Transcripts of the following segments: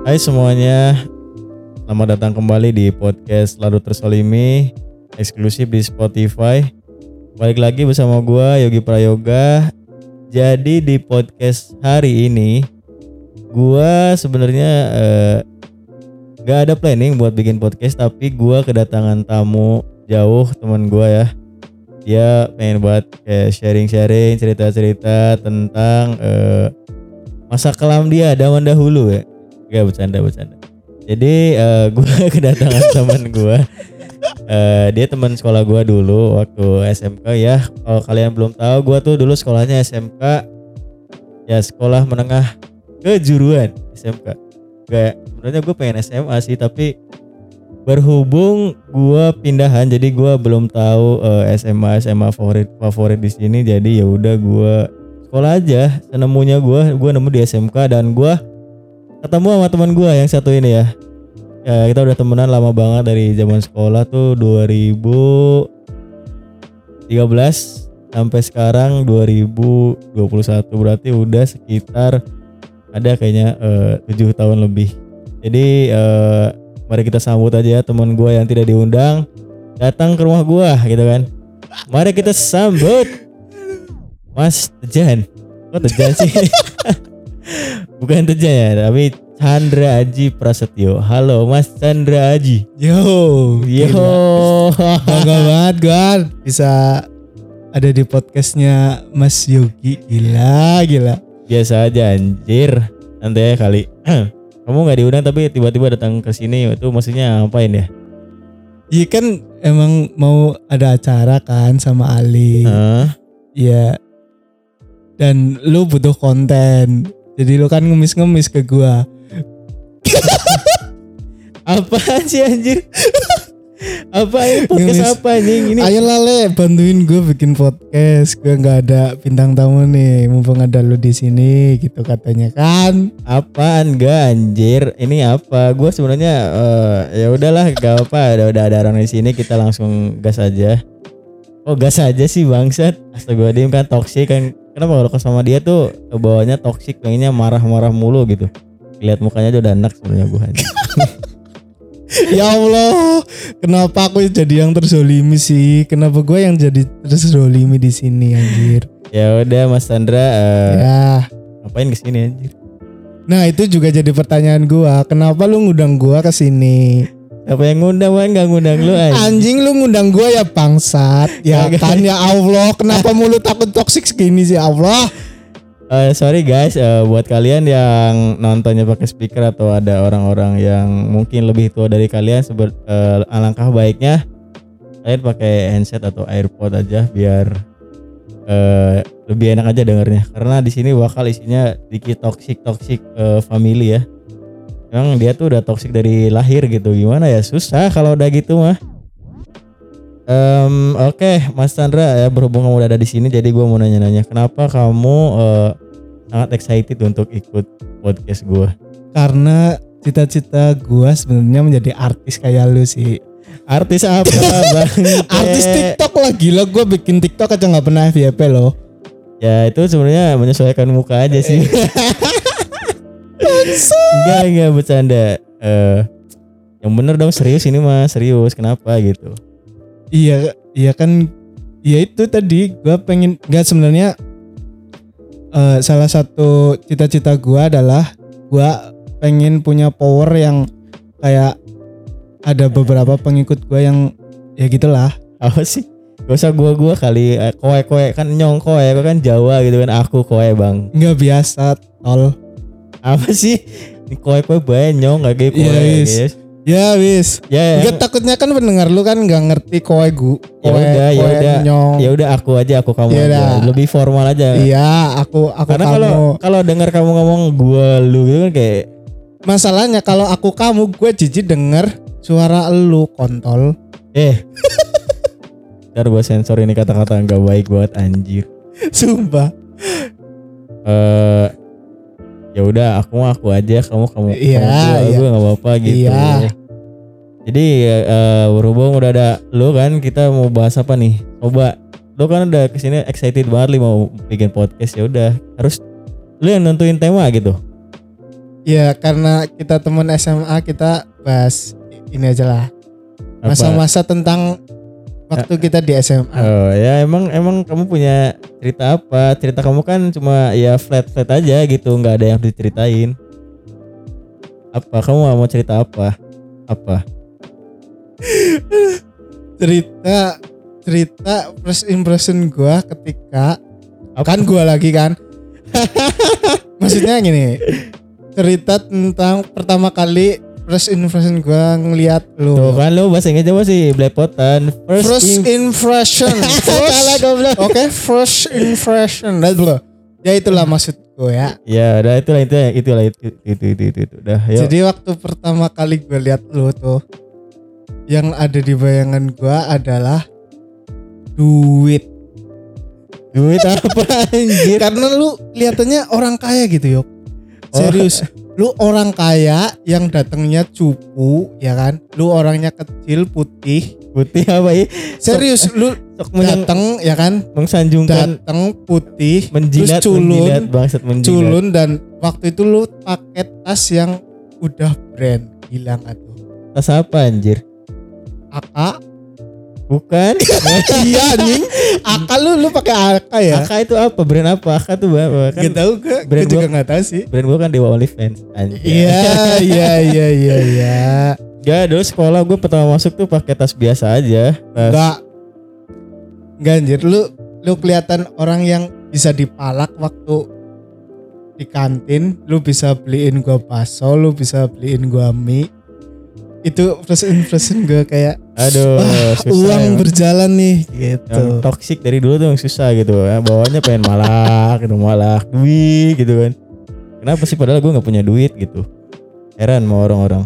Hai semuanya, selamat datang kembali di podcast Ladu Tersolimi, eksklusif di Spotify. Balik lagi bersama gue Yogi Prayoga. Jadi di podcast hari ini gue sebenarnya gak ada planning buat bikin podcast, tapi gue kedatangan tamu jauh, teman gue ya. Dia pengen buat kayak sharing-sharing cerita-cerita tentang masa kelam dia zaman dahulu ya. Gak bercanda. Jadi gue kedatangan teman gue. Dia teman sekolah gue dulu waktu SMK ya. Kalau kalian belum tahu, gue tuh dulu sekolahnya SMK ya, sekolah menengah kejuruan SMK. Kayak sebenarnya gue pengen SMA sih, tapi berhubung gue pindahan, jadi gue belum tahu SMA favorit di sini. Jadi ya udah gue sekolah aja senemunya gue nemu di SMK, dan gue ketemu sama teman gue yang satu ini ya. Kita udah temenan lama banget dari zaman sekolah tuh 2013 sampai sekarang 2021, berarti udah sekitar ada kayaknya 7 tahun lebih. Jadi mari kita sambut aja teman gue yang tidak diundang datang ke rumah gue gitu kan. Mari kita sambut Mas Tejan. Kok Tejan sih? Bukan Tejan ya, tapi Chandra Aji Prasetyo. Halo Mas Chandra Aji. Yo. Bangga banget gue bisa ada di podcastnya Mas Yogi. Gila. Biasa aja anjir. Santai ya kali. Kamu gak diundang tapi tiba-tiba datang ke sini, itu maksudnya ngapain ya? Iya kan emang mau ada acara kan sama Ali. Iya. Dan lu butuh konten. Jadi lu kan ngemis-ngemis ke gua. Apaan sih anjir? Apa ini podcast ngemis. Apa ini? Ayolah Le, bantuin gue bikin podcast. Gue nggak ada bintang tamu nih, mumpung ada lu di sini gitu katanya kan. Apaan gak anjir? Ini apa? Gue sebenarnya ya udahlah, gak apa. Udah ada orang di sini, kita langsung gas aja. Oh gas aja sih bangsat. Astagfirullahaladzim, kan toksik kan. Kenapa kalau sama dia tuh bawanya toksik, pengennya marah-marah mulu gitu. Lihat mukanya aja udah enak sebenarnya gue. Ya Allah, kenapa aku jadi yang terzolimi sih? Kenapa gue yang jadi terzolimi di sini anjir? Ya udah Mas Chandra, ngapain kesini anjir? Nah itu juga jadi pertanyaan gue. Kenapa lu ngundang gue kesini? Apa yang ngundang? Wan nggak ngundang lu anjing. Anjing lu ngundang gue ya bangsat. Ya kan ya Allah, kenapa mulut aku toksik segini sih Allah? Sorry guys, buat kalian yang nontonnya pakai speaker atau ada orang-orang yang mungkin lebih tua dari kalian, alangkah baiknya kalian pakai handset atau AirPod aja biar lebih enak aja dengernya. Karena di sini bakal isinya dikit toxic family ya. Emang dia tuh udah toxic dari lahir gitu. Gimana ya, susah kalau udah gitu mah. Oke, Mas Chandra ya, berhubung kamu udah ada di sini, jadi gue mau nanya-nanya, kenapa kamu sangat excited untuk ikut podcast gue? Karena cita-cita gue sebenarnya menjadi artis kayak lu sih. Artis apa bang? Artis TikTok lah, gila, gue bikin TikTok aja nggak pernah FYP loh. Ya itu sebenarnya menyesuaikan muka aja sih. Enggak bercanda. Yang bener dong, serius ini mah, serius. Kenapa gitu? Iya kan, ya itu tadi gue pengen, nggak sebenarnya salah satu cita-cita gue adalah gue pengen punya power yang kayak ada beberapa pengikut gue yang ya gitulah. Apa sih? Gak usah gue kali, koe kan nyong koe kan Jawa gitu kan, aku koe bang. Nggak biasa tol. Apa sih? Ini koe banyak nggak kayak koe guys. Ya wis. Ya. Gak, takutnya kan pendengar lu kan nggak ngerti koe gu. Ya udah aku kamu aja. Lebih formal aja. Iya, aku karena kamu. Kalau dengar kamu ngomong gue lu gitu kan kayak. Masalahnya kalau aku kamu, gue jijik denger suara lu kontol. Ntar gue sensor ini kata-kata nggak baik buat anjir. Sumpah. Ya udah aku aja, kamu iya. Gue nggak apa-apa gitu. Iya. Jadi berhubung udah ada lu kan, kita mau bahas apa nih? Coba, lu kan udah kesini excited banget mau bikin podcast, ya udah harus lu yang nentuin tema gitu. Ya karena kita teman SMA, kita bahas ini aja lah. Apa? Masa-masa tentang waktu kita di SMA. Oh ya, emang kamu punya cerita apa? Cerita kamu kan cuma ya flat aja gitu, nggak ada yang diceritain. Apa kamu mau cerita apa? cerita first impression gua ketika Apa? kan gua lagi kan. Maksudnya gini, cerita tentang pertama kali first impression gua ngelihat lu. Tuh kan lu bahasa Inggris aja sih belepotan. First impression. Oke, first impression. Ya itulah maksudku ya. Ya udah itu udah. Yuk. Jadi waktu pertama kali gue lihat lu tuh, yang ada di bayangan gue adalah duit apa anjir? Karena lu kelihatannya orang kaya gitu, Yok. Serius. Lu orang kaya yang datangnya cupu, ya kan? Lu orangnya kecil, putih apa ya? Serius, lu datang ya kan? Mengsanjungkan Datang putih, menjilat bangsat menjilat. Culun, dan waktu itu lu pakai tas yang udah brand, gila gak tuh? Tas apa anjir? AK? Bukan. Iya anjing. AK lu pakai AK ya? AK itu apa? Brand apa? AK tuh apa? Kan Gak tahu gue juga gak tahu sih. Brand gua kan Dewa OnlyFans. Anjir. Iya. Gak, dulu sekolah gue pertama masuk tuh pakai tas biasa aja. Enggak anjir, lu kelihatan orang yang bisa dipalak waktu di kantin. Lu bisa beliin gua bakso, lu bisa beliin gua mie. Itu first impression gue kayak aduh, susah uang ya. Berjalan nih gitu. Yang toksik dari dulu tuh yang susah gitu ya. Bawahnya pengen malak duit gitu kan. Kenapa sih padahal gue gak punya duit gitu. Heran sama orang-orang.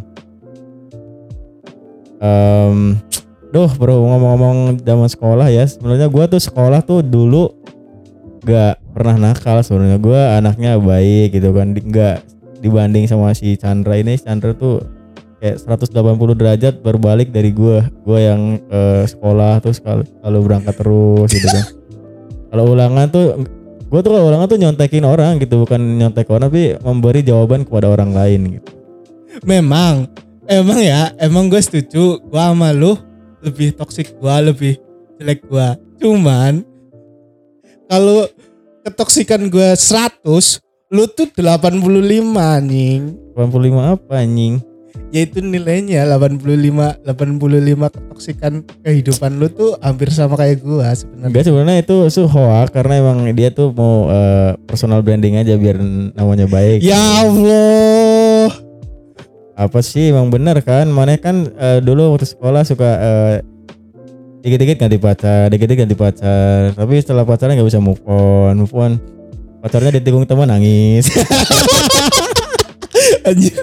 Bro, ngomong-ngomong zaman sekolah ya. Sebenarnya gue tuh sekolah tuh dulu gak pernah nakal sebenarnya. Gue anaknya baik gitu kan. Gak dibanding sama si Chandra ini. Chandra tuh kayak 180 derajat berbalik dari gue yang sekolah terus kalau berangkat terus gitu kan. Kalau ulangan tuh nyontekin orang gitu, bukan nyontek orang tapi memberi jawaban kepada orang lain gitu. Emang gue setuju. Gue sama lu lebih toksik, gue lebih jelek gue. Cuman kalau ketoksikan gue 100, lu tuh 85 anjing. 85 apa anjing? Yaitu nilainya 85 ketoksikan kehidupan lu tuh hampir sama kayak gua sebenarnya. Enggak, sebenarnya itu hoax karena emang dia tuh mau personal branding aja biar namanya baik. Ya Allah. Apa sih emang bener kan? Mana kan dulu waktu sekolah suka dikit-dikit ganti pacar. Tapi setelah pacaran enggak bisa move on. Pacarnya ditikung teman nangis. Anjir.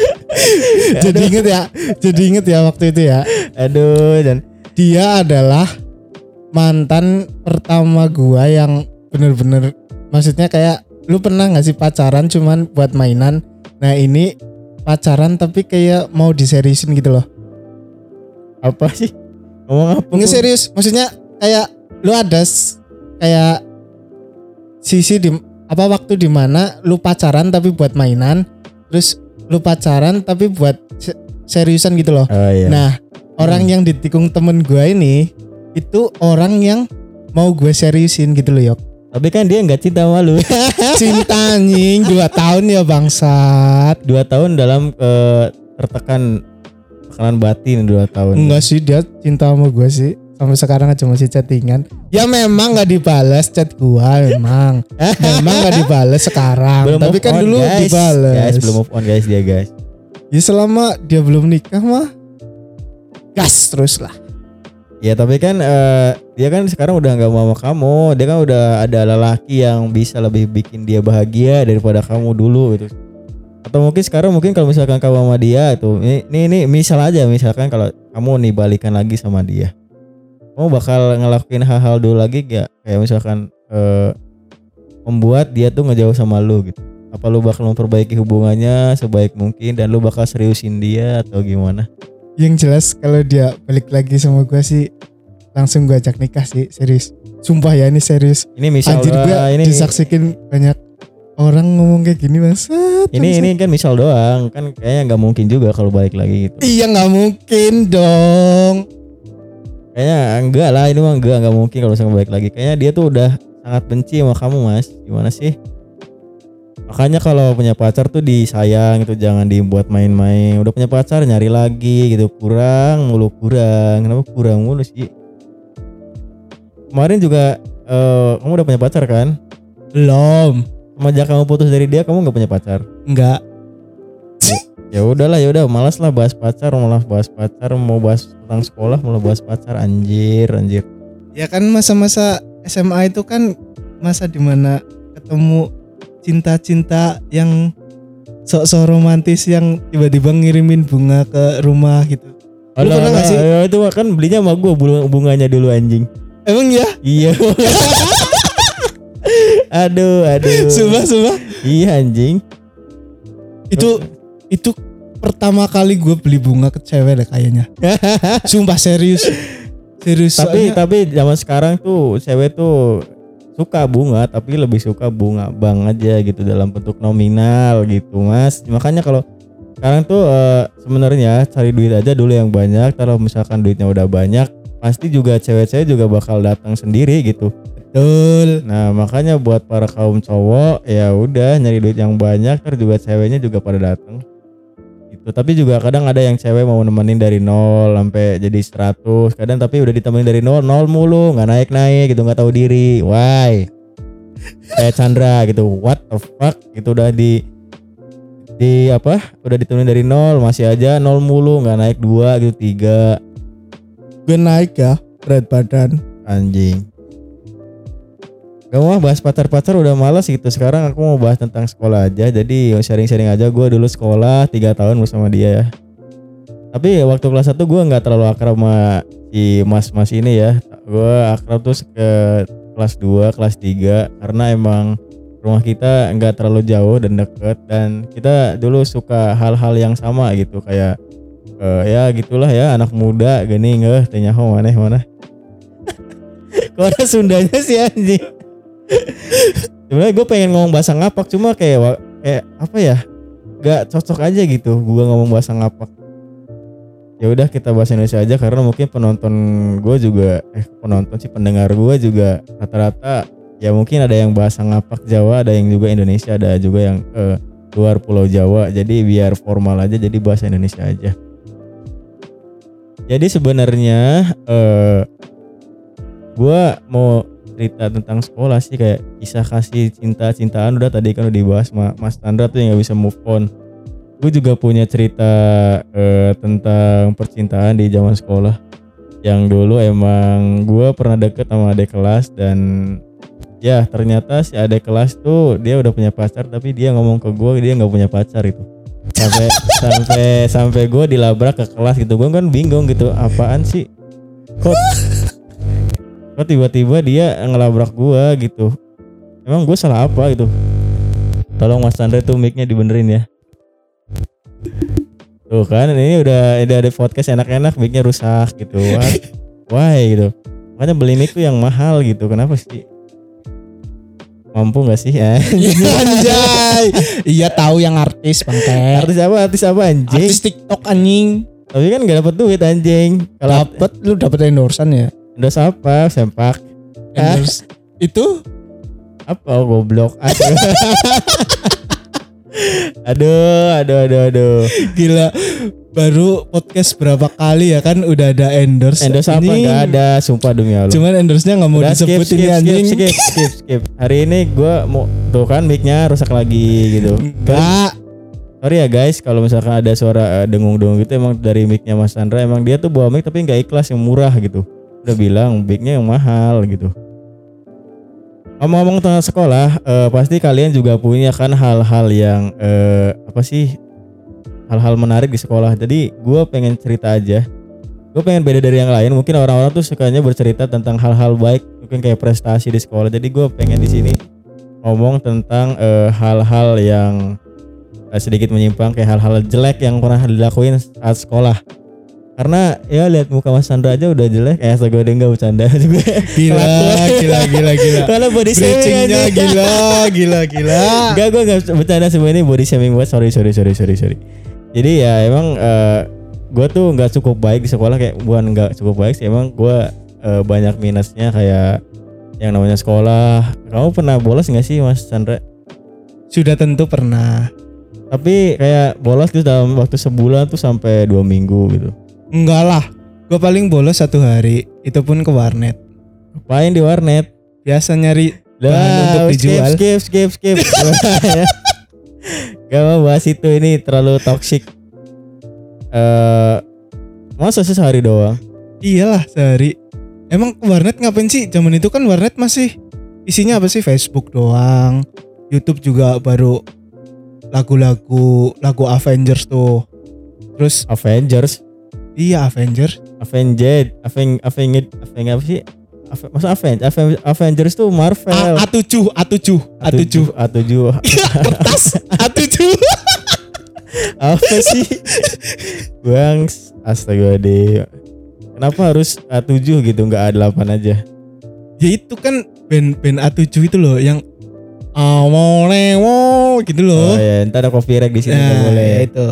Jadi inget ya waktu itu ya. Aduh, dan dia adalah mantan pertama gua yang bener-bener, maksudnya kayak lu pernah gak sih pacaran cuman buat mainan? Nah ini pacaran tapi kayak mau diseriusin gitu loh. Apa sih? Ngomong apa? Nggak serius, maksudnya kayak lu ada kayak sisi waktu dimana lu pacaran tapi buat mainan, terus lu pacaran tapi buat seriusan gitu loh. Oh, iya. Nah, orang yang ditikung temen gue ini itu orang yang mau gue seriusin gitu loh, Yok. Tapi kan dia nggak cinta sama lu. Cinta anjing 2 tahun ya bangsat. 2 tahun dalam tekanan batin 2 tahun. Enggak sih, dia cinta sama gue sih. Sampai sekarang aja masih chattingan. Ya memang gak dibalas chat gua memang. Memang gak dibalas sekarang. Belum tapi kan dulu dibalas. Guys, belum move on guys dia guys. Ya selama dia belum nikah mah gas terus lah. Ya tapi kan dia kan sekarang udah gak mau sama kamu. Dia kan udah ada lelaki yang bisa lebih bikin dia bahagia daripada kamu dulu gitu. Atau mungkin kalau misalkan kamu sama dia itu ini misalkan kalau kamu nih balikan lagi sama dia, kamu bakal ngelakuin hal-hal dulu lagi gak? Kayak misalkan membuat dia tuh ngejauh sama lu gitu. Apa lu bakal memperbaiki hubungannya sebaik mungkin dan lu bakal seriusin dia atau gimana? Yang jelas kalau dia balik lagi sama gue sih langsung gue ajak nikah sih, serius. Sumpah ya ini serius. Ini misalnya anjir gue disaksikan banyak orang ngomong kayak gini bangsat. Ini kan misal doang, kan kayaknya nggak mungkin juga kalau balik lagi gitu. Iya nggak mungkin dong. Kayaknya enggak lah, ini mah enggak mungkin kalau misalnya balik lagi. Kayaknya dia tuh udah sangat benci sama kamu, Mas. Gimana sih? Makanya kalau punya pacar tuh disayang itu, jangan dibuat main-main. Udah punya pacar nyari lagi gitu, kurang. Kenapa kurang mulu sih? Kemarin juga kamu udah punya pacar kan? Belum. Semenjak kamu putus dari dia, kamu nggak punya pacar? Enggak. Ya udahlah, malas lah bahas pacar, mau bahas tentang sekolah, malah bahas pacar, anjir. Ya kan masa-masa SMA itu kan masa dimana ketemu cinta-cinta yang sok-sok romantis yang tiba-tiba ngirimin bunga ke rumah gitu. Lu pernah gak sih? Itu kan belinya sama gue bunganya dulu anjing. Emang ya? Iya. Aduh. Sumpah. Iya anjing. Itu pertama kali gue beli bunga ke cewek deh kayaknya. Sumpah serius. Tapi zaman sekarang tuh cewek tuh suka bunga, tapi lebih suka bunga bang aja gitu dalam bentuk nominal gitu, Mas. Makanya kalau sekarang tuh sebenarnya cari duit aja dulu yang banyak. Kalau misalkan duitnya udah banyak, pasti juga cewek-cewek juga bakal datang sendiri gitu. Betul. Nah makanya buat para kaum cowok ya udah nyari duit yang banyak, terus juga ceweknya juga pada datang. Gitu. Tapi juga kadang ada yang cewek mau nemenin dari 0 sampai jadi 100 kadang, tapi udah ditemenin dari 0 mulu, nggak naik gitu, nggak tahu diri. Why? Kayak Chandra gitu, what the fuck gitu, udah udah ditemenin dari 0 masih aja 0 mulu, nggak naik 2 gitu, 3. Gue naik ya berat badan. Anjing. Gak mau bahas pacar udah malas gitu. Sekarang aku mau bahas tentang sekolah aja. Jadi sharing-sharing aja. Gue dulu sekolah 3 tahun bersama dia ya. Tapi waktu kelas 1 gue gak terlalu akrab sama si mas ini ya. Gue akrab tuh ke kelas 2, kelas 3. Karena emang rumah kita gak terlalu jauh dan deket. Dan kita dulu suka hal-hal yang sama gitu. Kayak ya gitulah ya, anak muda gini tenyaho mana. Kok ada Sundanya sih anjing. Sebenarnya gue pengen ngomong bahasa ngapak, cuma kayak apa ya, gak cocok aja gitu gue ngomong bahasa ngapak. Ya udah kita bahasa Indonesia aja, karena mungkin pendengar gue juga rata-rata ya mungkin ada yang bahasa ngapak Jawa, ada yang juga Indonesia, ada juga yang luar Pulau Jawa. Jadi biar formal aja, jadi bahasa Indonesia aja. Jadi sebenarnya gue mau cerita tentang sekolah sih, kayak kisah kasih cintaan udah tadi kan udah dibahas Mas Chandra tuh yang gak bisa move on. Gue juga punya cerita tentang percintaan di zaman sekolah, yang dulu emang gue pernah deket sama adik kelas, dan ya ternyata si adik kelas tuh dia udah punya pacar, tapi dia ngomong ke gue dia nggak punya pacar itu. Sampai gue dilabrak ke kelas gitu. Gue kan bingung gitu, apaan sih kok tiba-tiba dia ngelabrak gua gitu. Emang gue salah apa gitu? Tolong Mas Chandra tuh mic-nya dibenerin ya. Tuh kan ini udah ada podcast enak-enak, mic-nya rusak gitu. Why gitu. Makanya beli mic tuh yang mahal gitu. Kenapa sih? Mampu gak sih? Anjay. Iya tahu yang artis bangke. Artis apa anjing? Artis TikTok anjing. Tapi kan gak dapet duit anjing. Kalau lu dapet endorsean ya? Endorse apa? Sempak. Endorse itu apa? Goblok. Aduh. Gila. Baru podcast berapa kali ya kan udah ada endorse. Endorse apa? Gak ada, sumpah demi Allah. Cuman endorse-nya gak mau disebutin anjing. Skip. Hari ini gue mau tuh kan mic-nya rusak lagi gitu. Enggak. Sorry ya guys, kalau misalkan ada suara dengung-dengung gitu, emang dari mic-nya Mas Chandra. Emang dia tuh bawa mic tapi gak ikhlas, yang murah gitu. Udah bilang mic-nya yang mahal gitu. Ngomong-ngomong tentang sekolah, pasti kalian juga punya kan hal-hal yang hal-hal menarik di sekolah. Jadi gue pengen cerita aja. Gue pengen beda dari yang lain. Mungkin orang-orang tuh sukanya bercerita tentang hal-hal baik, mungkin kayak prestasi di sekolah. Jadi gue pengen di sini ngomong tentang hal-hal yang sedikit menyimpang, kayak hal-hal jelek yang pernah dilakuin saat sekolah. Karena ya lihat muka Mas Chandra aja udah jelek. Astaga, dia enggak bercanda juga. Gila. Kalau body shaming aja. Gila. Enggak, gue enggak bercanda semua ini body shaming buat. Sorry. Jadi ya emang gue tuh enggak cukup baik di sekolah, kayak bukan enggak cukup baik sih, emang gue banyak minusnya kayak yang namanya sekolah. Kamu pernah bolos enggak sih Mas Chandra? Sudah tentu pernah. Tapi kayak bolos tuh dalam waktu sebulan tuh sampai 2 minggu gitu. Enggak lah. Gue paling bolos 1 hari. Itu pun ke warnet. Ngapain di warnet? Biasa nyari bahan untuk dijual. Skip. Gak mau bahas itu, ini terlalu toxic. Masa sih sehari doang? Iyalah sehari. Emang ke warnet ngapain sih? Zaman itu kan warnet masih isinya apa sih? Facebook doang. YouTube juga baru lagu Avengers tuh. Terus Avengers? Iya Avengers. Avengers apa sih? Masa Avengers tuh Marvel. A7. Kertas A7. Apa sih? Bang, astaga deh. Kenapa harus A7 gitu, enggak A8 aja? Ya itu kan band A7 itu loh yang gitu loh. Oh ya, entar ada copyright di sini enggak boleh. Ya itu.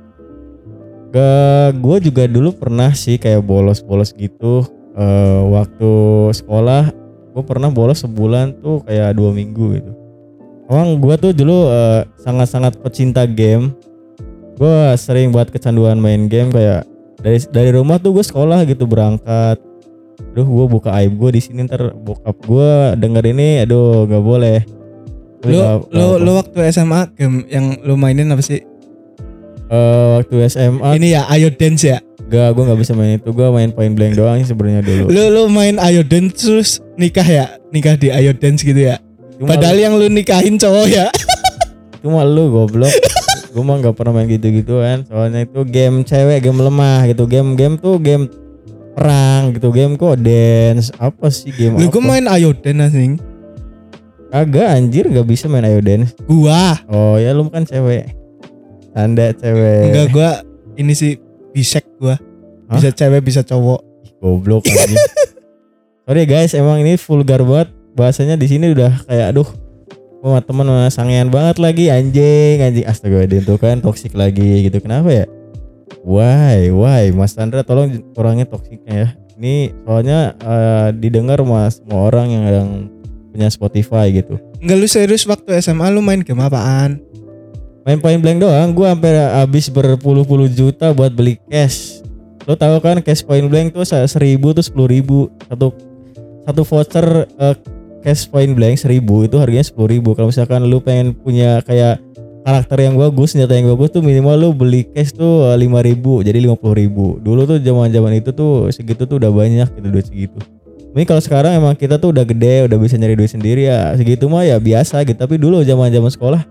Gue juga dulu pernah sih kayak bolos gitu. Waktu sekolah gue pernah bolos sebulan tuh kayak 2 minggu gitu. Emang gue tuh dulu sangat-sangat pecinta game. Gue sering buat kecanduan main game, kayak dari rumah tuh gue sekolah gitu berangkat. Aduh, gue buka aib gue di sini, ntar bokap gue denger ini, aduh nggak boleh. Lo waktu SMA game yang lo mainin apa sih? Waktu SMA ini ya Ayo Dance ya? Gue gak bisa main itu. Gue main Point Blank doang sih sebenarnya dulu. Lo main Ayo Dance terus nikah di Ayo Dance gitu ya? Padahal yang lu nikahin cowok ya. Cuma lu goblok. Gue mah gak pernah main gitu-gitu kan. Soalnya itu game cewek, game lemah gitu. Game tuh game perang gitu. Game kok dance. Apa sih game lu apa? Gue main Ayo Dance anjing. Kagak anjir, gak bisa main Ayo Dance. Gua. Oh ya, lu kan cewek. Anda cewek. Enggak, gua ini sih bisek gua. Bisa cewek bisa cowok. Goblok anjing. Sorry guys, emang ini vulgar banget. Bahasanya di sini udah kayak aduh. Gua sama temen sangean banget lagi anjing. Astaga, dia tuh kan toksik lagi gitu. Kenapa ya? Why Mas Chandra tolong orangnya toksiknya ya. Ini soalnya didengar Mas semua orang yang punya Spotify gitu. Enggak, lu serius waktu SMA lu main game apaan? Main Point Blank doang. Gue sampai habis berpuluh-puluh juta buat beli cash. Lo tahu kan cash Point Blank tuh 1.000 tuh 10.000. Satu voucher cash Point Blank 1.000 itu harganya 10.000. Kalau misalkan lu pengen punya kayak karakter yang bagus, senjata yang bagus tuh minimal lu beli cash tuh 5.000, jadi 50.000. Dulu tuh zaman itu tuh segitu tuh udah banyak gitu, duit segitu. Ini kalau sekarang emang kita tuh udah gede, udah bisa nyari duit sendiri ya, segitu mah ya biasa gitu. Tapi dulu zaman sekolah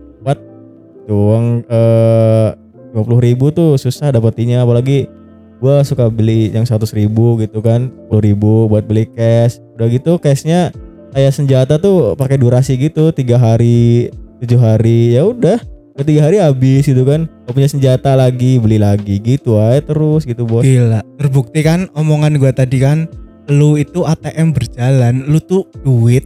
uang 50.000 tuh susah dapetinnya, apalagi gue suka beli yang 100.000 gitu kan, 10.000 buat beli cash. Udah gitu cashnya kayak senjata tuh pakai durasi gitu, 3 hari 7 hari, ya udah 3 hari habis gitu kan. Gak punya senjata lagi, beli lagi gitu aja terus gitu bos. Gila, terbukti kan omongan gue tadi kan, lu itu ATM berjalan, lu tuh duit.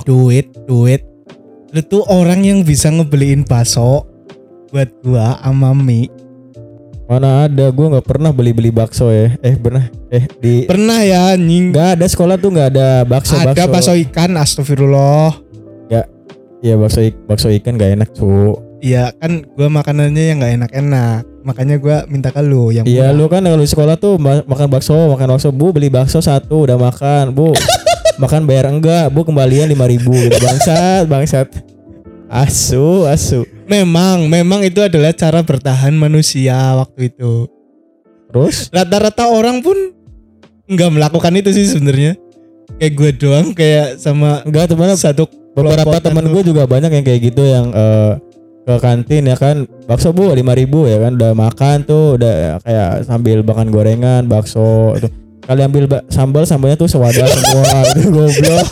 Lu tuh orang yang bisa ngebeliin bakso buat gua sama mie. Mana ada, gua nggak pernah beli bakso ya. Pernah ya anjing. Nggak ada, sekolah tuh nggak ada bakso. Ada bakso ikan, astagfirullah. Ya bakso ikan nggak enak cu. Iya kan, gua makanannya yang nggak enak-enak, makanya gua minta ke lu yang. Iya lu kan kalau di sekolah tuh makan bakso bu, beli bakso 1 udah makan bu. Makan bayar enggak bu, kembalian 5.000 gitu. Bangsat. Asu. Memang itu adalah cara bertahan manusia waktu itu. Terus rata-rata orang pun nggak melakukan itu sih sebenarnya. Kayak gue doang, kayak sama enggak teman satu beberapa teman gue juga banyak yang kayak gitu, yang ke kantin ya kan, bakso bu 5.000 ya kan, udah makan tuh udah kayak sambil makan gorengan bakso itu. Kali ambil sambalnya tuh sewadah semua itu goblok.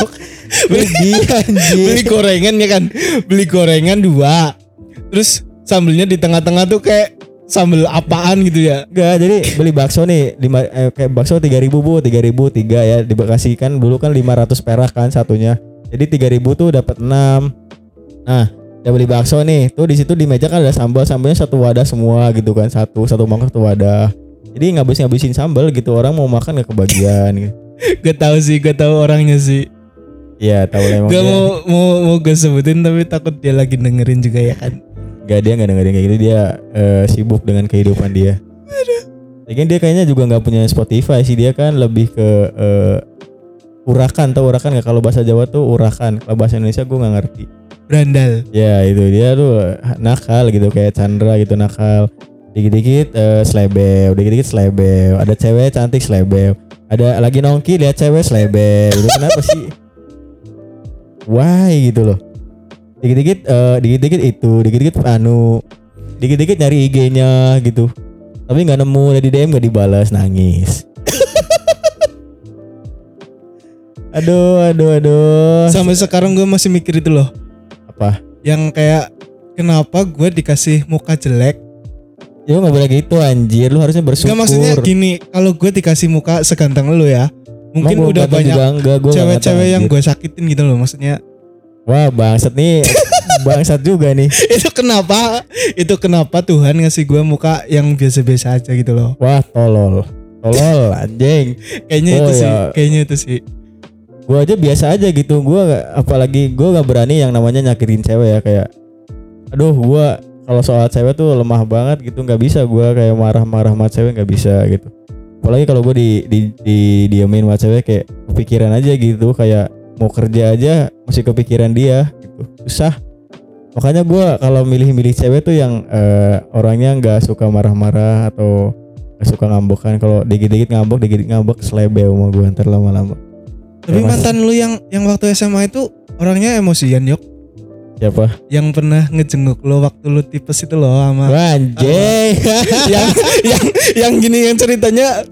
Beli gorengan ya kan, beli gorengan 2, terus sambelnya di tengah-tengah tuh kayak sambel apaan gitu ya. Enggak, jadi beli bakso nih kayak bakso 3.000 Bu, 3.000 3 ya, dikasih kan dulu kan 500 perak kan satunya. Jadi 3.000 tuh dapat 6. Nah, udah beli bakso nih, tuh di situ di meja kan ada sambalnya satu wadah semua gitu kan, satu mangkok satu wadah. Jadi ngabisin sambal gitu, orang mau makan gak kebagian gitu. Gue tahu orangnya sih. Iya, tahu lah emang. Gak mau gue sebutin tapi takut dia lagi dengerin juga ya kan. Dia nggak dengerin kayak gitu, dia sibuk dengan kehidupan dia. Lagian dia kayaknya juga nggak punya Spotify sih, dia kan lebih ke urakan. Tahu urakan nggak? Kalau bahasa Jawa tuh urakan, kalau bahasa Indonesia gue nggak ngerti. Berandal. Ya itu dia tuh nakal gitu, kayak Chandra gitu nakal. Dikit-dikit selebel, dikit-dikit selebel. Ada cewek cantik selebel. Ada lagi nongki lihat cewek selebel. Itu kenapa sih? Why gitu loh. Dikit-dikit itu, dikit-dikit dikit-dikit nyari IG-nya gitu. Tapi nggak nemu, udah di DM nggak dibalas, nangis. Aduh. Sampai sekarang gue masih mikir itu loh. Apa? Yang kayak kenapa gue dikasih muka jelek? Ya nggak boleh gitu anjir, lu harusnya bersyukur. Nggak, maksudnya gini, kalau gue dikasih muka seganteng lu ya, mungkin udah banyak cewek-cewek yang gue sakitin gitu loh, maksudnya. Wah bangsat nih, bangsat juga nih. Itu kenapa Tuhan ngasih gue muka yang biasa-biasa aja gitu loh. Wah tolol anjing. Kayaknya itu sih. Gue aja biasa aja gitu, apalagi gue nggak berani yang namanya nyakitin cewek ya, kayak aduh gue kalau soal cewek tuh lemah banget gitu, nggak bisa gue kayak marah-marah sama cewek, nggak bisa gitu. Apalagi kalau gue diemin sama cewek, kayak kepikiran aja gitu, kayak mau kerja aja masih kepikiran dia gitu, susah. Makanya gue kalau milih cewek tuh yang orangnya nggak suka marah-marah atau nggak suka ngambek kan. Kalau dikit-dikit ngambek selebel sama gue ntar lama-lama. Tapi mantan lu yang waktu SMA itu orangnya emosian yok. Siapa? Yang pernah ngejenguk lo waktu lu tipes itu loh sama anjing. yang gini, yang ceritanya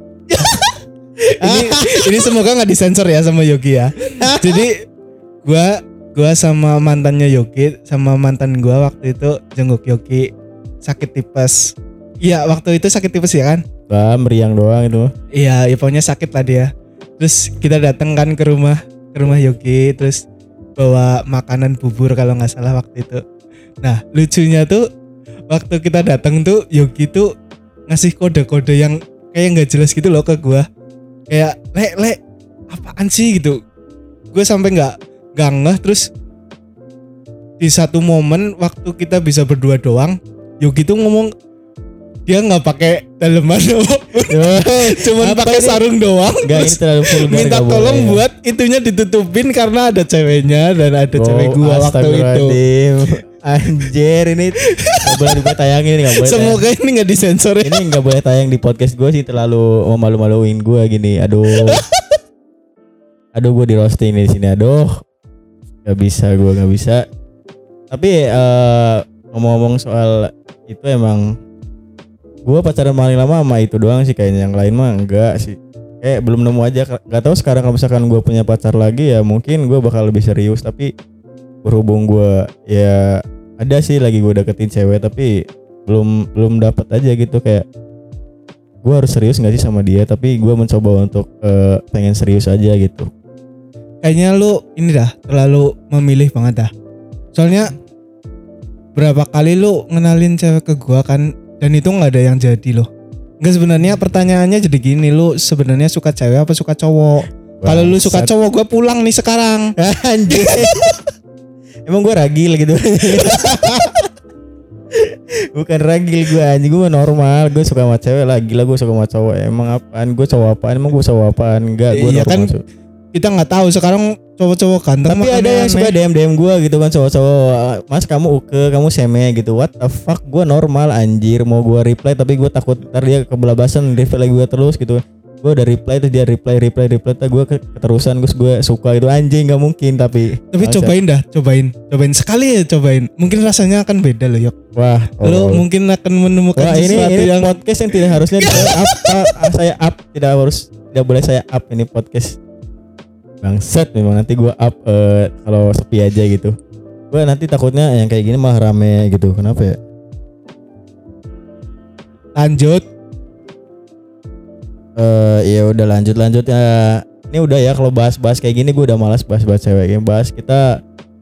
ini semoga nggak disensor ya sama Yogi ya. Jadi gua sama mantannya Yogi, sama mantan gua waktu itu jenguk Yogi sakit tipes. Iya, waktu itu sakit tipes ya kan? Meriang doang itu. Iya, ya pokoknya sakit lah dia. Terus kita datang kan ke rumah Yogi, terus bawa makanan bubur kalau nggak salah waktu itu. Nah lucunya tuh waktu kita datang tuh Yogi tuh ngasih kode-kode yang kayak nggak jelas gitu loh ke gue. Kayak le apaan sih gitu. Gue sampai nggak ngeh. Terus di satu momen waktu kita bisa berdua doang, Yogi tuh ngomong dia nggak pakai daleman cuman pakai sarung doang. Gak, ini terlalu vulgar, minta tolong ya. Buat itunya ditutupin karena ada ceweknya dan ada cewek gua waktu itu. Anjir, ini nggak boleh ditayangin, ini nggak boleh. Semoga ini nggak disensor ya. Ini nggak boleh tayang di podcast gue sih, terlalu malu-maluin gue gini. Aduh gue di roasting di sini. Aduh, nggak bisa. Tapi ngomong-ngomong soal itu, emang gue pacaran paling lama sama itu doang sih kayaknya, yang lain mah enggak sih. Kayak belum nemu aja. Gak tahu sekarang kalau misalkan gue punya pacar lagi ya mungkin gue bakal lebih serius. Tapi berhubung gue ya ada sih lagi gue deketin cewek, tapi belum dapat aja gitu. Kayak gue harus serius nggak sih sama dia, tapi gue mencoba untuk pengen serius aja gitu. Kayaknya lu ini dah terlalu memilih banget dah. Soalnya berapa kali lu ngenalin cewek ke gue kan, dan itu nggak ada yang jadi loh. Nggak, sebenarnya pertanyaannya jadi gini, lu sebenarnya suka cewek apa suka cowok? Kalau lu suka cowok, gue pulang nih sekarang. Anjir. Emang gue ragil gitu. Bukan ragil gue anjing, gue normal. Gue suka sama cewek lah, gila gue suka sama cowok. Emang apaan? Gue cowok apaan? Emang gue cowok apaan? Enggak, gue iya normal. Kan kita nggak tahu sekarang cowok-cowok ganteng. Tapi ada yang suka DM gue gitu kan, cowok-cowok, mas kamu uke, kamu seme gitu. What the fuck, gue normal anjir. Mau gue reply tapi gue takut ntar dia kebelabasan reply gue terus gitu. Gue udah reply terus dia reply gue keterusan, gue suka itu anjing. Gak mungkin. Tapi cobain sekali ya, cobain. Mungkin rasanya akan beda loh Yok. Wah, lo mungkin akan menemukan sesuatu ini yang podcast yang tidak harusnya tidak boleh saya up ini podcast. Bangsat memang, nanti gue up kalau sepi aja gitu. Gue nanti takutnya yang kayak gini malah rame gitu. Kenapa ya? Lanjut. Ya udah lanjut ya. Ini udah ya, kalau bahas kayak gini gue udah malas bahas cewek. Yang bahas kita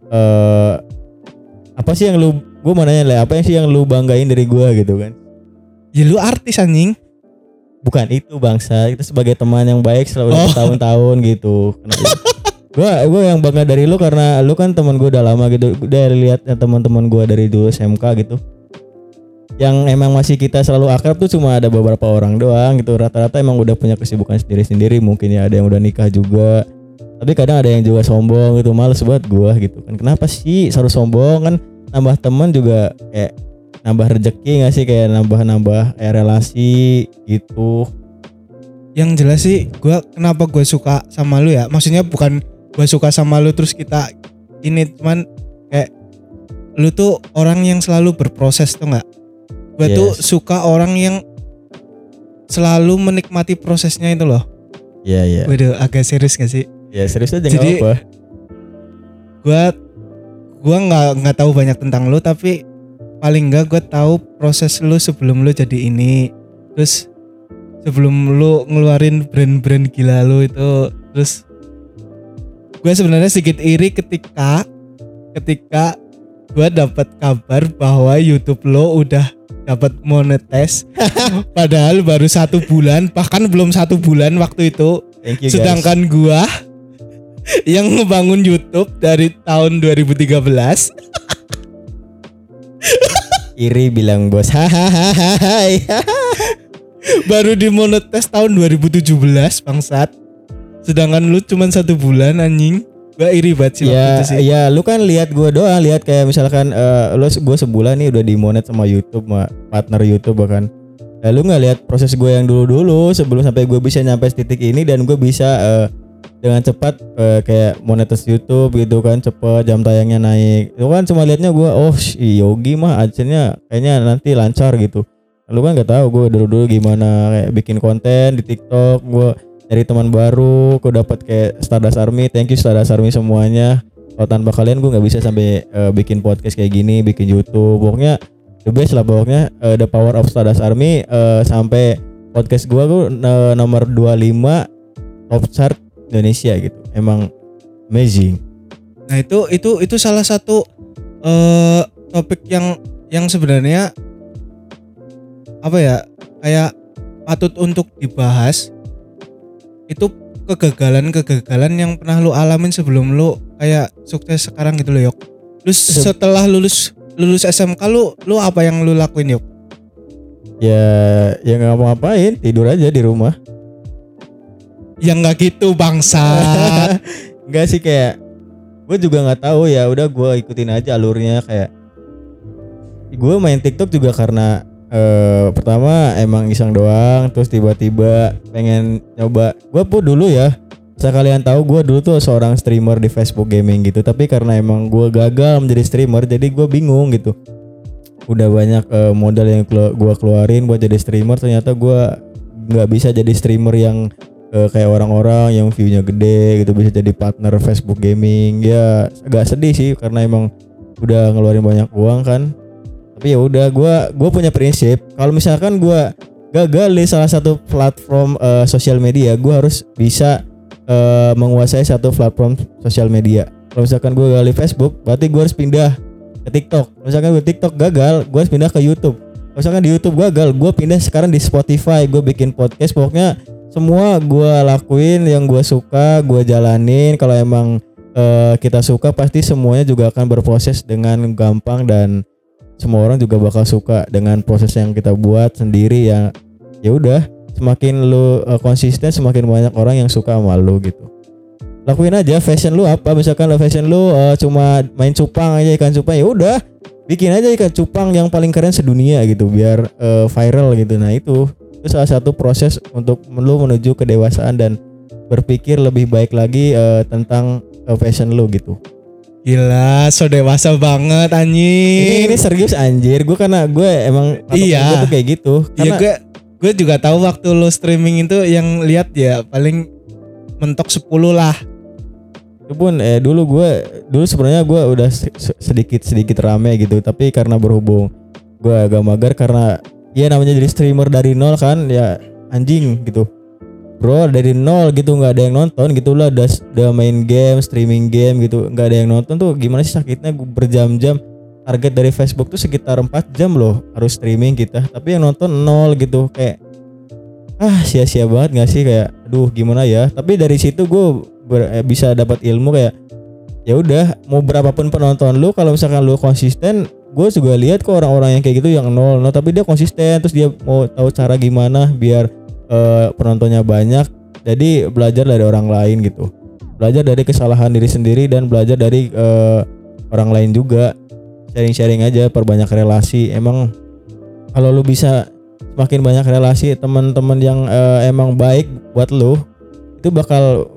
apa sih yang lu, gue mau nanya lah, apa sih yang lu banggain dari gue gitu kan? Ya lu artis anjing. Bukan itu bangsa, kita sebagai teman yang baik selama tahun-tahun gitu. Gue yang bangga dari lu karena lu kan teman gue udah lama gitu. Udah lihat teman-teman gue dari dulu SMK gitu. Yang emang masih kita selalu akrab tuh cuma ada beberapa orang doang gitu. Rata-rata emang udah punya kesibukan sendiri-sendiri. Mungkin ya ada yang udah nikah juga. Tapi kadang ada yang juga sombong gitu. Males buat gue gitu kan. Kenapa sih selalu sombong kan? Nambah teman juga kayak nambah rezeki gak sih, kayak nambah relasi gitu. Yang jelas sih kenapa gue suka sama lu ya, maksudnya bukan gue suka sama lu terus kita ini, cuman kayak lu tuh orang yang selalu berproses tuh gak. Gue tuh suka orang yang selalu menikmati prosesnya itu loh. Iya. Waduh, agak serius gak sih? Ya serius aja. Jadi, gak apa-apa. Gue nggak tahu banyak tentang lu, tapi paling enggak gue tahu proses lu sebelum lu jadi ini, terus sebelum lu ngeluarin brand-brand gila lu itu. Terus gue sebenarnya sedikit iri ketika gue dapat kabar bahwa YouTube lo udah dapat monetize padahal baru 1 bulan, bahkan belum 1 bulan waktu itu. Thank you, sedangkan gue yang ngebangun YouTube dari tahun 2013. Iri bilang bos. Hahaha. Baru dimonetize tahun 2017 bangsat. Sedangkan lu cuma 1 bulan anjing. Gua iri banget sih waktu itu sih. Ya lu kan lihat gua doang, lihat kayak misalkan gua sebulan nih udah dimonet sama YouTube, sama partner YouTube bahkan. Lu nggak lihat proses gue yang dulu sebelum sampai gue bisa nyampe titik ini dan gue bisa dengan cepat kayak monetis YouTube gitu kan, cepet jam tayangnya naik. Lu kan cuma liatnya gue, Yogi mah adsense-nya kayaknya nanti lancar gitu. Lu kan nggak tahu gue dulu gimana kayak bikin konten di TikTok. Gue dari teman baru, gue dapat kayak Stardust Army. Thank you Stardust Army semuanya. Kalau tanpa kalian gue nggak bisa sampai bikin podcast kayak gini, bikin YouTube. Pokoknya the best lah pokoknya. The power of Stardust Army sampai podcast gue nomor 25 top chart Indonesia gitu. Emang amazing. Nah itu salah satu topik yang sebenarnya apa ya, kayak patut untuk dibahas. Itu kegagalan yang pernah lu alamin sebelum lu kayak sukses sekarang gitu loh, Yok. Terus setelah lulus SMK lu apa yang lu lakuin, Yok? Ya nggak ngapa-ngapain, tidur aja di rumah. Ya nggak gitu bangsa. Enggak sih, kayak gue juga nggak tahu ya. Udah gue ikutin aja alurnya. Kayak gue main TikTok juga karena pertama emang iseng doang, terus tiba-tiba pengen nyoba. Gue pun dulu ya, sekalian tahu gue dulu tuh seorang streamer di Facebook gaming gitu. Tapi karena emang gue gagal menjadi streamer, jadi gue bingung gitu. Udah banyak modal yang gue keluarin buat jadi streamer, ternyata gue nggak bisa jadi streamer yang kayak orang-orang yang view-nya gede gitu, bisa jadi partner Facebook gaming. Ya agak sedih sih karena emang udah ngeluarin banyak uang kan. Tapi ya udah, gue punya prinsip, kalau misalkan gue gagal di salah satu platform sosial media, gue harus bisa menguasai satu platform sosial media. Kalau misalkan gue gagal di Facebook, berarti gue harus pindah ke TikTok. Misalkan gue TikTok gagal, gue harus pindah ke YouTube. Kalau misalkan di YouTube gagal, gue pindah sekarang di Spotify. Gue bikin podcast. Pokoknya semua gue lakuin yang gue suka, gue jalanin. Kalau emang kita suka, pasti semuanya juga akan berproses dengan gampang dan semua orang juga bakal suka dengan proses yang kita buat sendiri. Ya udah, semakin lu konsisten, semakin banyak orang yang suka sama lu gitu. Lakuin aja fashion lu apa. Misalkan lu fashion lu cuma main cupang aja, ikan cupang, ya udah bikin aja ikan cupang yang paling keren sedunia gitu biar viral gitu. Nah itu salah satu proses untuk lu menuju kedewasaan dan berpikir lebih baik lagi tentang fashion lu gitu. Gila, so dewasa banget anjing. Ini serius anjir. Gue karena gue emang gue tuh kayak gitu. Iya, gue juga tahu waktu lo streaming itu yang lihat ya paling mentok 10 lah. Itu pun dulu sebenarnya gue udah sedikit rame gitu, tapi karena berhubung gue agak mager karena ya namanya jadi streamer dari nol kan ya anjing gitu. Bro dari nol gitu nggak ada yang nonton gitu lah, udah main game, streaming game gitu nggak ada yang nonton tuh gimana sih sakitnya. Gue berjam-jam, target dari Facebook tuh sekitar 4 jam loh harus streaming kita, tapi yang nonton nol gitu. Kayak sia-sia banget nggak sih, kayak aduh gimana ya. Tapi dari situ gue bisa dapat ilmu kayak ya udah mau berapapun penonton lu, kalau misalkan lu konsisten. Gue juga lihat kok orang-orang yang kayak gitu yang nol, tapi dia konsisten, terus dia mau tahu cara gimana biar penontonnya banyak. Jadi belajar dari orang lain gitu, belajar dari kesalahan diri sendiri dan belajar dari orang lain juga. Sharing-sharing aja, perbanyak relasi. Emang kalau lu bisa semakin banyak relasi teman-teman yang emang baik buat lu, itu bakal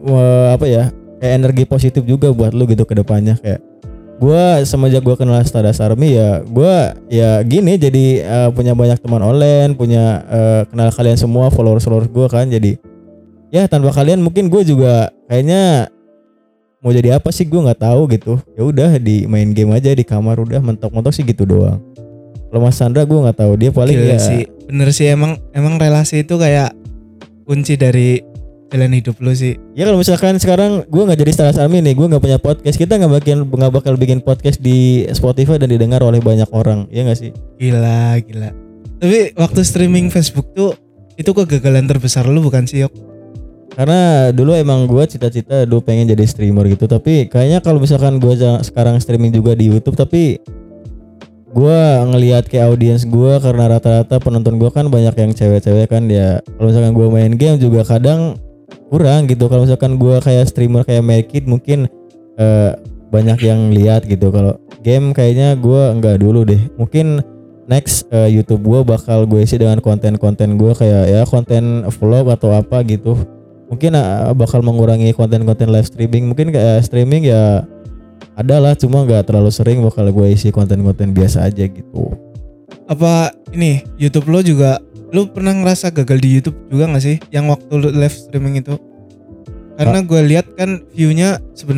kayak energi positif juga buat lu gitu ke depannya. Kayak gue semenjak gue kenal Stardust Army ya gue ya gini jadi punya banyak teman online, punya kenal kalian semua, followers gue kan. Jadi ya tanpa kalian mungkin gue juga kayaknya mau jadi apa sih gue nggak tahu gitu. Ya udah di main game aja di kamar, udah mentok-mentok sih gitu doang. Kalau Mas Sandra gue nggak tahu, dia paling Gila ya sih. Bener sih, emang relasi itu kayak kunci dari jalan hidup lu sih. Ya kalau misalkan sekarang gue nggak jadi Stardust Army nih, gue nggak punya podcast, kita nggak bakal bikin podcast di Spotify dan didengar oleh banyak orang, ya nggak sih? Gila. Tapi waktu streaming Facebook tuh itu kegagalan terbesar lu bukan sih, Yok? Karena dulu emang gue cita-cita dulu pengen jadi streamer gitu, tapi kayaknya kalau misalkan gue sekarang streaming juga di YouTube, tapi gue ngelihat kayak audiens gue, karena rata-rata penonton gue kan banyak yang cewek-cewek kan ya. Kalau misalkan gue main game juga kadang kurang gitu. Kalau misalkan gue kayak streamer kayak Merkid mungkin banyak yang lihat gitu. Kalau game kayaknya gue enggak dulu deh. Mungkin next YouTube gue bakal gue isi dengan konten-konten gue kayak ya konten vlog atau apa gitu. Mungkin bakal mengurangi konten-konten live streaming. Mungkin kayak streaming ya ada lah, cuma nggak terlalu sering. Bakal gue isi konten-konten biasa aja gitu. Apa ini YouTube lo juga, lu pernah ngerasa gagal di YouTube juga nggak sih yang waktu lu live streaming itu? Karena gue lihat kan viewnya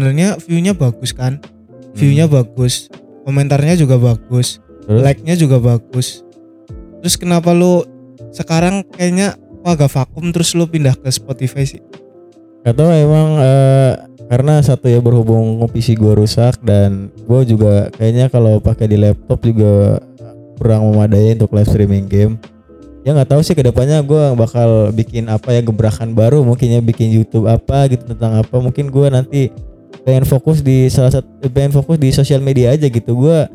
bagus kan, viewnya bagus, komentarnya juga bagus, like-nya juga bagus. Terus kenapa lu sekarang kayaknya agak vakum terus lu pindah ke Spotify sih? Atau emang karena satu ya berhubung PC gue rusak, dan gue juga kayaknya kalau pakai di laptop juga kurang memadai untuk live streaming game. Ya nggak tahu sih kedepannya gue bakal bikin apa ya, gebrakan baru mungkinnya, bikin YouTube apa gitu tentang apa. Mungkin gue nanti pengen fokus di sosial media aja gitu.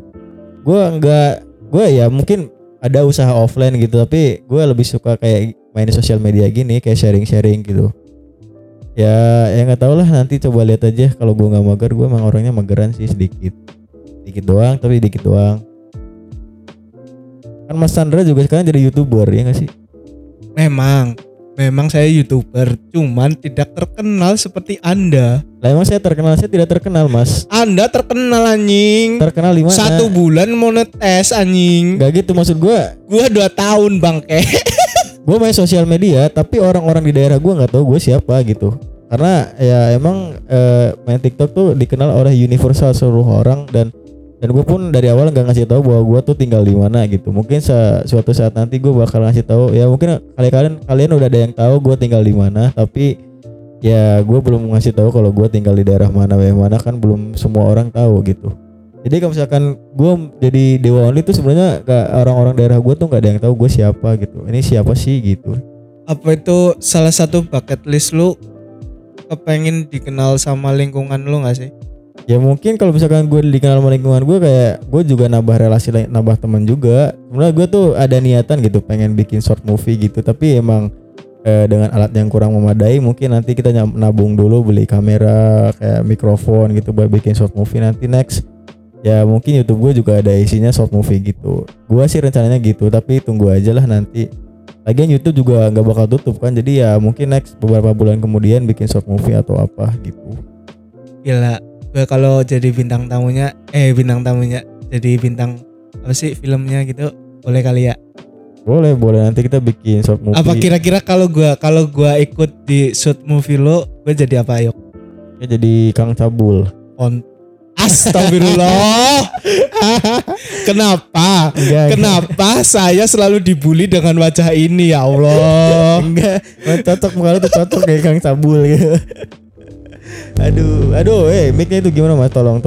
Gue ya mungkin ada usaha offline gitu, tapi gue lebih suka kayak main di sosial media gini, kayak sharing gitu. Ya nggak tahu lah, nanti coba lihat aja. Kalau gue nggak mager, gue emang orangnya mageran sih sedikit doang, tapi dikit doang. Kan Mas Sandra juga sekarang jadi YouTuber, ya nggak sih? Memang saya YouTuber, cuman tidak terkenal seperti Anda. Lah emang saya terkenal? Saya tidak terkenal, Mas. Anda terkenal anjing. Terkenal di mana? 1 bulan monetes anjing. Gak gitu maksud gue. Gue 2 tahun bangke. Gue main sosial media, tapi orang-orang di daerah gue nggak tahu gue siapa gitu. Karena ya emang main TikTok tuh dikenal oleh universal seluruh orang, dan gue pun dari awal nggak ngasih tahu bahwa gue tuh tinggal di mana gitu. Mungkin suatu saat nanti gue bakal ngasih tahu. Ya mungkin kalian udah ada yang tahu gue tinggal di mana, tapi ya gue belum ngasih tahu kalau gue tinggal di daerah mana kan belum semua orang tahu gitu. Jadi kalau misalkan gue jadi Dewa Only tuh sebenarnya orang-orang daerah gue tuh nggak ada yang tahu gue siapa gitu. Ini siapa sih gitu. Apa itu salah satu bucket list lu, kepengen dikenal sama lingkungan lu nggak sih? Ya mungkin kalau misalkan gue dikenal sama lingkungan gue, kayak gue juga nambah relasi, nambah teman juga. Sebenarnya gue tuh ada niatan gitu pengen bikin short movie gitu, tapi emang dengan alat yang kurang memadai. Mungkin nanti kita nabung dulu, beli kamera kayak mikrofon gitu buat bikin short movie nanti next. Ya mungkin YouTube gue juga ada isinya short movie gitu. Gue sih rencananya gitu, tapi tunggu aja lah nanti. Lagian YouTube juga nggak bakal tutup kan, jadi ya mungkin next beberapa bulan kemudian bikin short movie atau apa gitu. Gila, gue kalau jadi bintang tamunya jadi bintang apa sih filmnya gitu, boleh kali ya? Boleh nanti kita bikin short movie. Apa kira-kira kalau gue ikut di short movie lo, gue jadi apa, Yok? Ya jadi Kang Cabul. Astagfirullah. Kenapa saya selalu dibully dengan wajah ini ya Allah? Enggak, cocok muka lu tuh cocok kayak Kang Sabul gitu. Aduh, mic-nya itu gimana Mas? Tolong.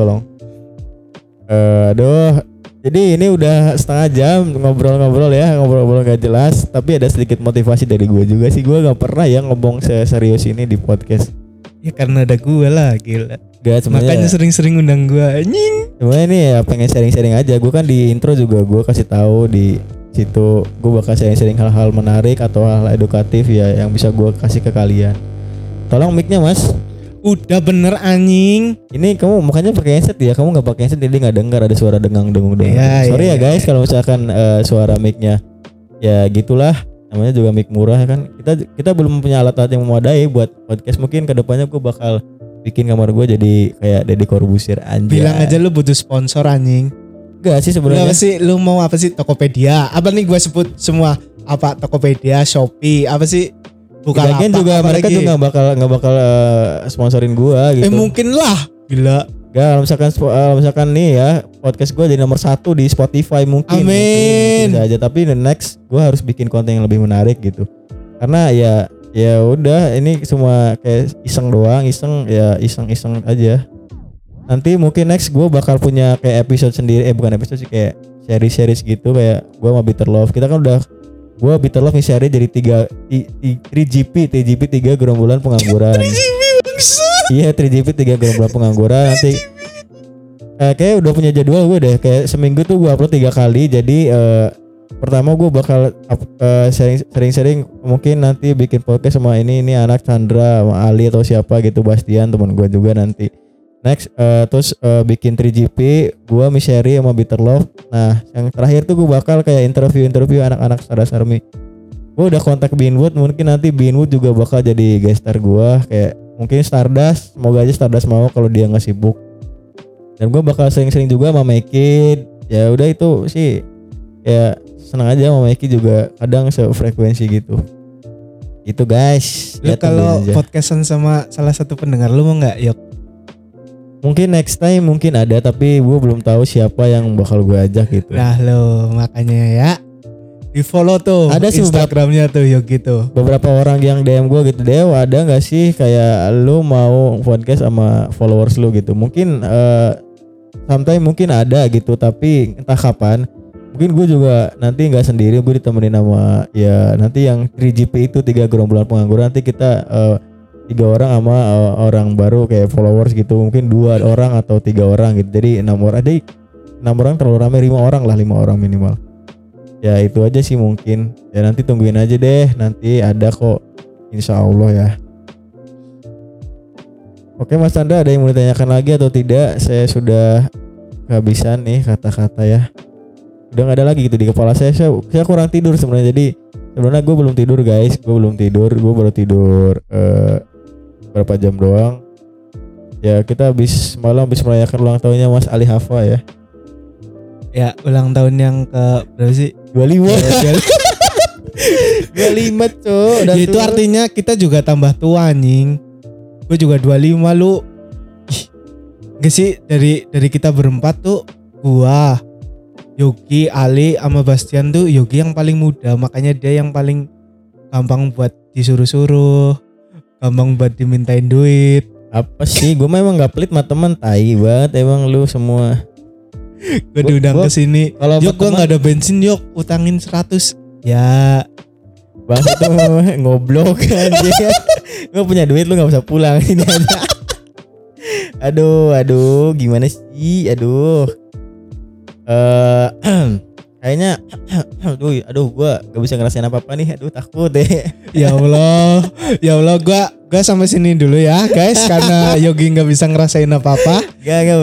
Jadi ini udah setengah jam ngobrol-ngobrol gak jelas. Tapi ada sedikit motivasi dari gue juga sih. Gue gak pernah ya ngomong serius ini di podcast. Ya karena ada gue lah, gila. Gak, makanya sering-sering undang gue anjing. Sebenarnya ini ya pengen sharing-sharing aja. Gue kan di intro juga gue kasih tahu di situ gue bakal sharing-sharing hal-hal menarik atau hal edukatif ya yang bisa gue kasih ke kalian. Tolong mic-nya Mas. Udah bener anjing. Ini kamu makanya pakai headset ya. Kamu nggak pakai headset jadi nggak dengar ada suara dengung. Ya, sorry ya guys kalau misalkan suara mic-nya ya gitulah. Namanya juga mic murah kan. Kita belum punya alat-alat yang memadai buat podcast. Mungkin kedepannya gue bakal bikin kamar gue jadi kayak Deddy Corbuzier anjay. Bilang aja lu butuh sponsor anjing. Enggak sih sebenarnya. Apa sih lu mau apa sih? Tokopedia. Apa nih gue sebut semua? Apa Tokopedia, Shopee, apa sih? Bukalapak juga mereka juga nggak bakal sponsorin gua gitu. Mungkin lah, gila. Gak, misalkan nih ya podcast gua jadi nomor 1 di Spotify mungkin. Amin. Mungkin aja, tapi the next gua harus bikin konten yang lebih menarik gitu. Karena ya udah ini semua kayak iseng iseng aja. Nanti mungkin next gua bakal punya kayak episode sendiri, bukan episode sih kayak series gitu kayak gua sama Bitter Love. Kita kan udah gue Bitter Love share jadi 3GP 3 gerombolan pengangguran. 3GP Iya 3GP 3 gerombolan pengangguran. Nanti kayak udah punya jadwal gue deh. Kayak seminggu tuh gue upload 3 kali. Jadi pertama gue bakal sering mungkin nanti bikin podcast sama ini anak Chandra sama Ali atau siapa gitu, Bastian teman gue juga nanti. Next terus bikin 3GP gue Sherry sama Bitter Love. Nah yang terakhir tuh gue bakal kayak interview anak-anak Stardust Army. Gue udah kontak Beanwood, mungkin nanti Beanwood juga bakal jadi guest star gue. Kayak mungkin Stardust, semoga aja Stardust mau kalau dia nggak sibuk. Dan gue bakal sering-sering juga sama Mekid. Ya udah itu sih ya senang aja sama Mekid juga kadang sefrekuensi gitu. Itu guys. Lu kalau podcastan sama salah satu pendengar lu mau nggak? Yok. Mungkin next time mungkin ada, tapi gue belum tahu siapa yang bakal gue ajak gitu. Nah lo makanya ya di follow tuh ada Instagramnya tuh Yogi tuh. Beberapa orang yang DM gue gitu, Dew ada nggak sih kayak lu mau podcast sama followers lu gitu? Mungkin sometime mungkin ada gitu, tapi entah kapan. Mungkin gue juga nanti nggak sendiri, gue ditemenin sama ya nanti yang 3GP itu 3 gerombolan pengangguran. Nanti kita 3 orang sama orang baru kayak followers gitu, mungkin 2 orang atau 3 orang gitu. Jadi 6 orang. Ada 6 orang terlalu ramai, 5 orang lah, 5 orang minimal. Ya itu aja sih mungkin. Ya nanti tungguin aja deh, nanti ada kok insya Allah ya. Oke Mas Chandra, ada yang mau ditanyakan lagi atau tidak? Saya sudah kehabisan nih kata-kata ya. Udah gak ada lagi gitu di kepala saya kurang tidur sebenarnya. Jadi sebenarnya gue belum tidur guys, gue baru tidur berapa jam doang. Ya kita habis merayakan ulang tahunnya Mas Ali Hafa ya. Ya ulang tahun yang ke berapa sih? 25. 25 cuy. Ya itu artinya kita juga tambah tua anjing. Gue juga 25 lu. Gak sih dari kita berempat tuh gua, Yogi, Ali sama Bastian tuh Yogi yang paling muda, makanya dia yang paling gampang buat disuruh-suruh, gampang buat dimintain duit. Apa sih? Gue memang nggak pelit sama teman, tai banget emang lu semua. Gue diundang ke sini. Yok gue nggak ada bensin, yok utangin 100. Ya, bang itu ngoblok aja. Gue punya duit, lu nggak usah pulang sini aja. Aduh, gimana sih? Kayaknya aduh gue gak bisa ngerasain apa-apa nih. Aduh takut deh. Ya Allah gue sampai sini dulu ya guys, karena Yogi gak bisa ngerasain apa-apa. Gak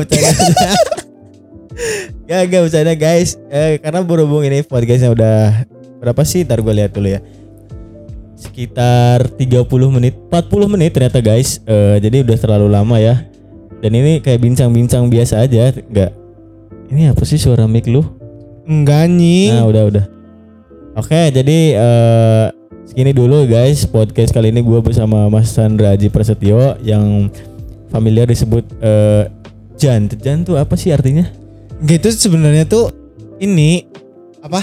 bercanda guys. Karena berhubung ini podcastnya udah berapa sih? Ntar gue lihat dulu ya. Sekitar 40 menit ternyata guys. Jadi udah terlalu lama ya. Dan ini kayak bincang-bincang biasa aja. Enggak. Ini apa sih suara mic lu? Enggak nying. Nah udah. Oke, jadi segini dulu guys podcast kali ini gue bersama Mas Chandra Aji Prasetyo yang familiar disebut Tejan tuh apa sih artinya? Gitu sebenarnya tuh ini apa?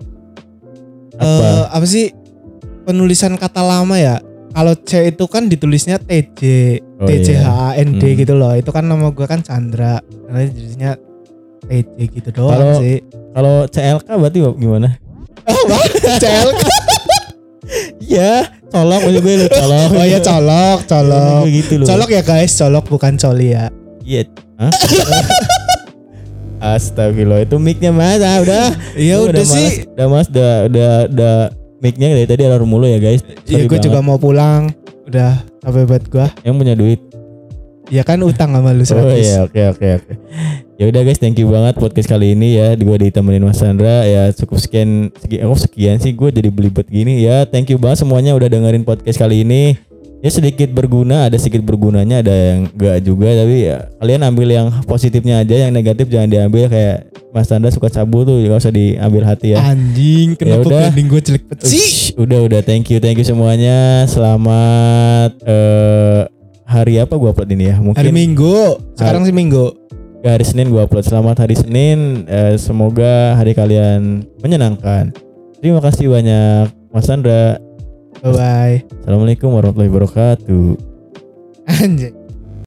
Apa sih penulisan kata lama ya? Kalau C itu kan ditulisnya TJ, TJHAND gitu loh. Itu kan nama gue kan Chandra. Karena jadinya TJ gitu doang sih. Kalau CLK berarti gimana? Apa? CLK? Iya, colok maksud gue lu colok. Oh ya colok. Gitu loh. Colok ya guys, colok bukan coli ya. Iya. Hah? Astagfirullah, itu mic-nya Mas. Udah. Iya udah sih. Udah mic-nya dari tadi alarm mulu ya guys. Iya gue juga mau pulang. Udah capek banget gue. Yang punya duit. Ya kan utang sama lu 100. Oh iya, oke. Ya udah guys, thank you banget podcast kali ini ya. Gue ditemenin Mas Chandra ya, cukup sekian sih gue jadi belibet gini ya. Thank you banget semuanya udah dengerin podcast kali ini. Ya sedikit berguna, ada sedikit bergunanya, ada yang enggak juga, tapi ya kalian ambil yang positifnya aja, yang negatif jangan diambil. Kayak Mas Chandra suka sabu tuh enggak usah diambil hati ya. Anjing, kenapa branding gue jelek banget sih? Udah, thank you semuanya. Selamat hari apa gue upload ini ya? Mungkin hari Minggu. Sekarang sih Minggu. Hari Senin gue upload. Selamat hari Senin. Semoga hari kalian menyenangkan. Terima kasih banyak Mas Chandra. Bye bye. Assalamualaikum warahmatullahi wabarakatuh. Anjing.